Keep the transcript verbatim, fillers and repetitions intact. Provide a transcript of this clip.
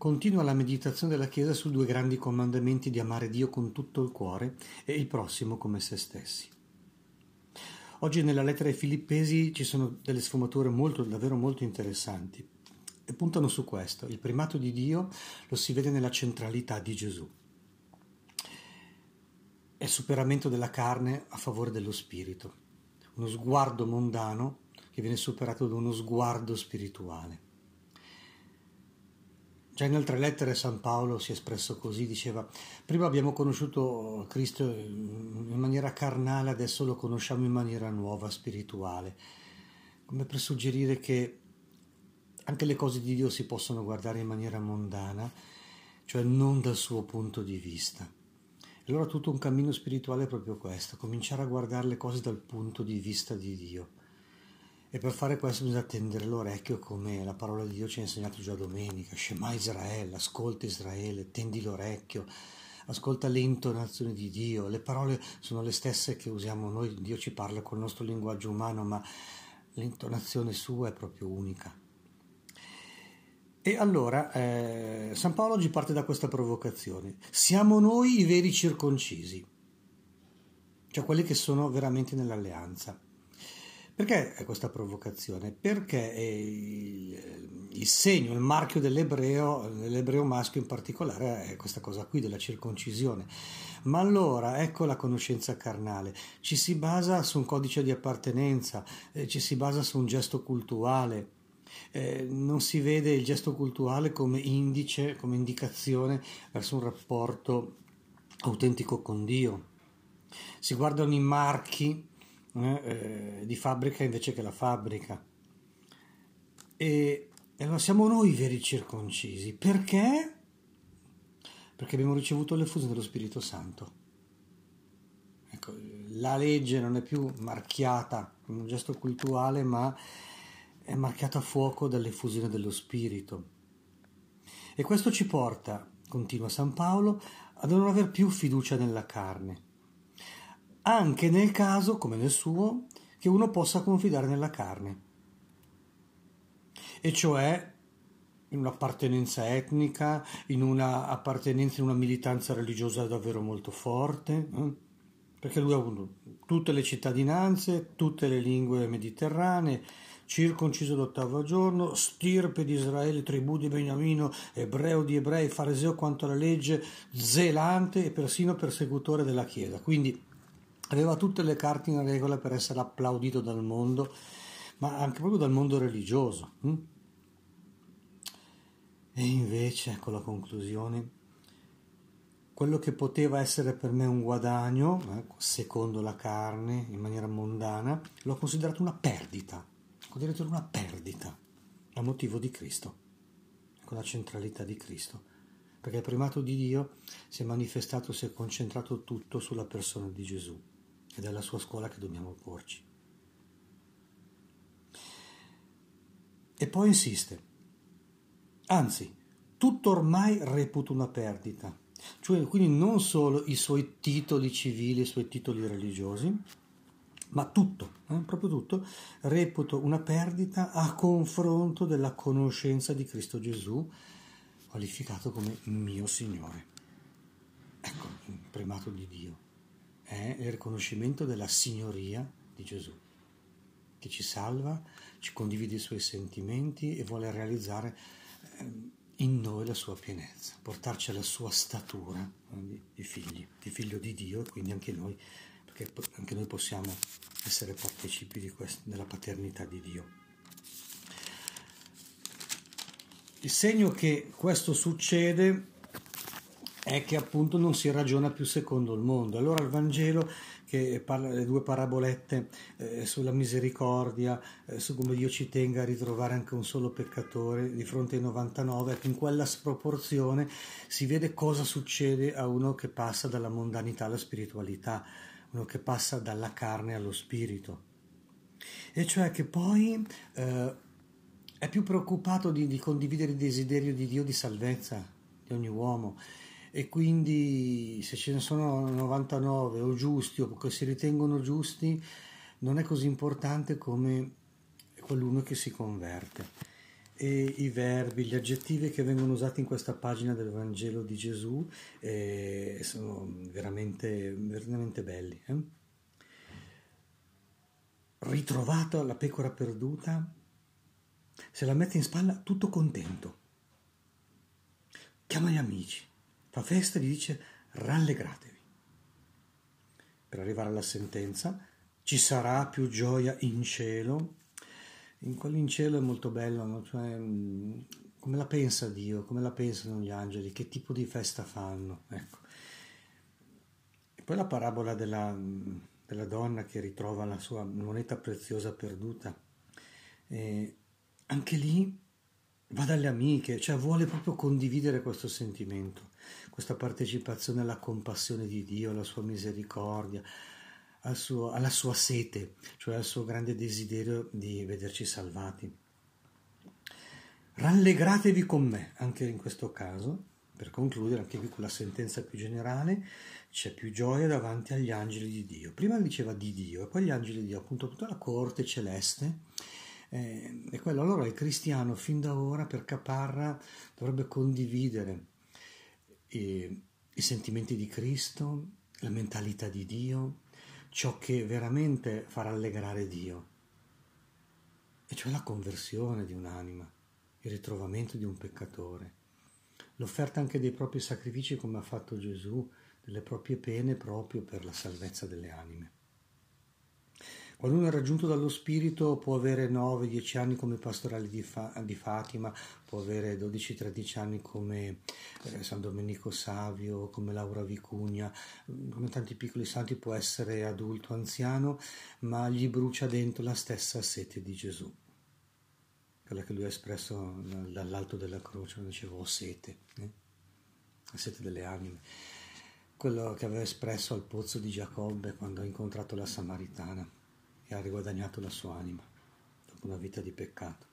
Continua la meditazione della Chiesa sui due grandi comandamenti di amare Dio con tutto il cuore e il prossimo come se stessi. Oggi nella lettera ai Filippesi ci sono delle sfumature molto, davvero molto interessanti e puntano su questo. Il primato di Dio lo si vede nella centralità di Gesù. È il superamento della carne a favore dello spirito, uno sguardo mondano che viene superato da uno sguardo spirituale. Già in altre lettere San Paolo si è espresso così, diceva: prima abbiamo conosciuto Cristo in maniera carnale, adesso lo conosciamo in maniera nuova, spirituale, come per suggerire che anche le cose di Dio si possono guardare in maniera mondana, cioè non dal suo punto di vista. E allora tutto un cammino spirituale è proprio questo, cominciare a guardare le cose dal punto di vista di Dio. E per fare questo bisogna tendere l'orecchio, come la parola di Dio ci ha insegnato già domenica: Shema Israele, ascolta Israele, tendi l'orecchio, ascolta le intonazioni di Dio. Le parole sono le stesse che usiamo noi, Dio ci parla col nostro linguaggio umano, ma l'intonazione sua è proprio unica. E allora eh, San Paolo oggi parte da questa provocazione: siamo noi i veri circoncisi, cioè quelli che sono veramente nell'alleanza. Perché è questa provocazione? Perché è il, il segno, il marchio dell'ebreo, dell'ebreo maschio in particolare, è questa cosa qui della circoncisione. Ma allora ecco la conoscenza carnale, ci si basa su un codice di appartenenza, eh, ci si basa su un gesto cultuale, eh, non si vede il gesto cultuale come indice, come indicazione verso un rapporto autentico con Dio. Si guardano i marchi Eh, eh, di fabbrica invece che la fabbrica. E, e allora siamo noi i veri circoncisi. Perché? Perché abbiamo ricevuto l'effusione dello Spirito Santo. Ecco, la legge non è più marchiata con un gesto cultuale, ma è marchiata a fuoco dall'effusione dello Spirito. E questo ci porta, continua San Paolo, a non aver più fiducia nella carne, anche nel caso, come nel suo, che uno possa confidare nella carne, e cioè in un'appartenenza etnica, in una appartenenza, in una militanza religiosa davvero molto forte, eh? Perché lui ha avuto tutte le cittadinanze, tutte le lingue mediterranee, circonciso l'ottavo giorno, stirpe di Israele, tribù di Beniamino, ebreo di ebrei, fariseo quanto alla legge, zelante e persino persecutore della Chiesa. Quindi aveva tutte le carte in regola per essere applaudito dal mondo, ma anche proprio dal mondo religioso. Hm? E invece, ecco la conclusione, quello che poteva essere per me un guadagno, eh, secondo la carne, in maniera mondana, l'ho considerato una perdita, ho considerato una perdita, a motivo di Cristo, con la centralità di Cristo. Perché il primato di Dio si è manifestato, si è concentrato tutto sulla persona di Gesù. Ed è la sua scuola che dobbiamo porci. E poi insiste, anzi, tutto ormai reputo una perdita, cioè quindi non solo i suoi titoli civili, i suoi titoli religiosi, ma tutto, eh, proprio tutto, reputo una perdita a confronto della conoscenza di Cristo Gesù, qualificato come mio Signore. Ecco il primato di Dio. È il riconoscimento della signoria di Gesù, che ci salva, ci condivide i suoi sentimenti e vuole realizzare in noi la sua pienezza, portarci alla sua statura di figli, di figlio di Dio, e quindi anche noi, perché anche noi possiamo essere partecipi di questo, della paternità di Dio. Il segno che questo succede è che appunto non si ragiona più secondo il mondo. Allora il Vangelo, che parla le due parabolette eh, sulla misericordia, eh, su come Dio ci tenga a ritrovare anche un solo peccatore di fronte ai novantanove, ecco, in quella sproporzione si vede cosa succede a uno che passa dalla mondanità alla spiritualità, uno che passa dalla carne allo spirito. E cioè che poi eh, è più preoccupato di, di condividere il desiderio di Dio di salvezza di ogni uomo. E quindi se ce ne sono novantanove o giusti o che si ritengono giusti, non è così importante come quell'uno che si converte. e i verbi, gli aggettivi che vengono usati in questa pagina del Vangelo di Gesù eh, sono veramente, veramente belli. Eh? Ritrovata la pecora perduta, se la mette in spalla tutto contento. Chiama gli amici, fa festa e gli dice rallegratevi. Per arrivare alla sentenza, ci sarà più gioia in cielo. In quell'in cielo è molto bello, no? Cioè, come la pensa Dio, come la pensano gli angeli, che tipo di festa fanno, ecco. E poi la parabola della, della donna che ritrova la sua moneta preziosa perduta, e anche lì va dalle amiche, cioè vuole proprio condividere questo sentimento, questa partecipazione alla compassione di Dio, alla sua misericordia, al suo, alla sua sete, cioè al suo grande desiderio di vederci salvati. Rallegratevi con me, anche in questo caso, per concludere, anche qui con la sentenza più generale, c'è più gioia davanti agli angeli di Dio. Prima diceva di Dio e poi gli angeli di Dio, appunto tutta la corte celeste. Eh, e quello allora il cristiano fin da ora per Caparra dovrebbe condividere i, i sentimenti di Cristo, la mentalità di Dio, ciò che veramente fa rallegrare Dio, e cioè la conversione di un'anima, il ritrovamento di un peccatore, l'offerta anche dei propri sacrifici come ha fatto Gesù, delle proprie pene proprio per la salvezza delle anime. Quando uno è raggiunto dallo Spirito può avere nove dieci anni come pastorale di, Fa- di Fatima, può avere dodici tredici anni come eh, San Domenico Savio, come Laura Vicugna, come tanti piccoli santi, può essere adulto, anziano, ma gli brucia dentro la stessa sete di Gesù, quella che lui ha espresso dall'alto della croce, quando diceva ho sete, eh? La sete delle anime, quello che aveva espresso al pozzo di Giacobbe quando ha incontrato la Samaritana e ha riguadagnato la sua anima dopo una vita di peccato.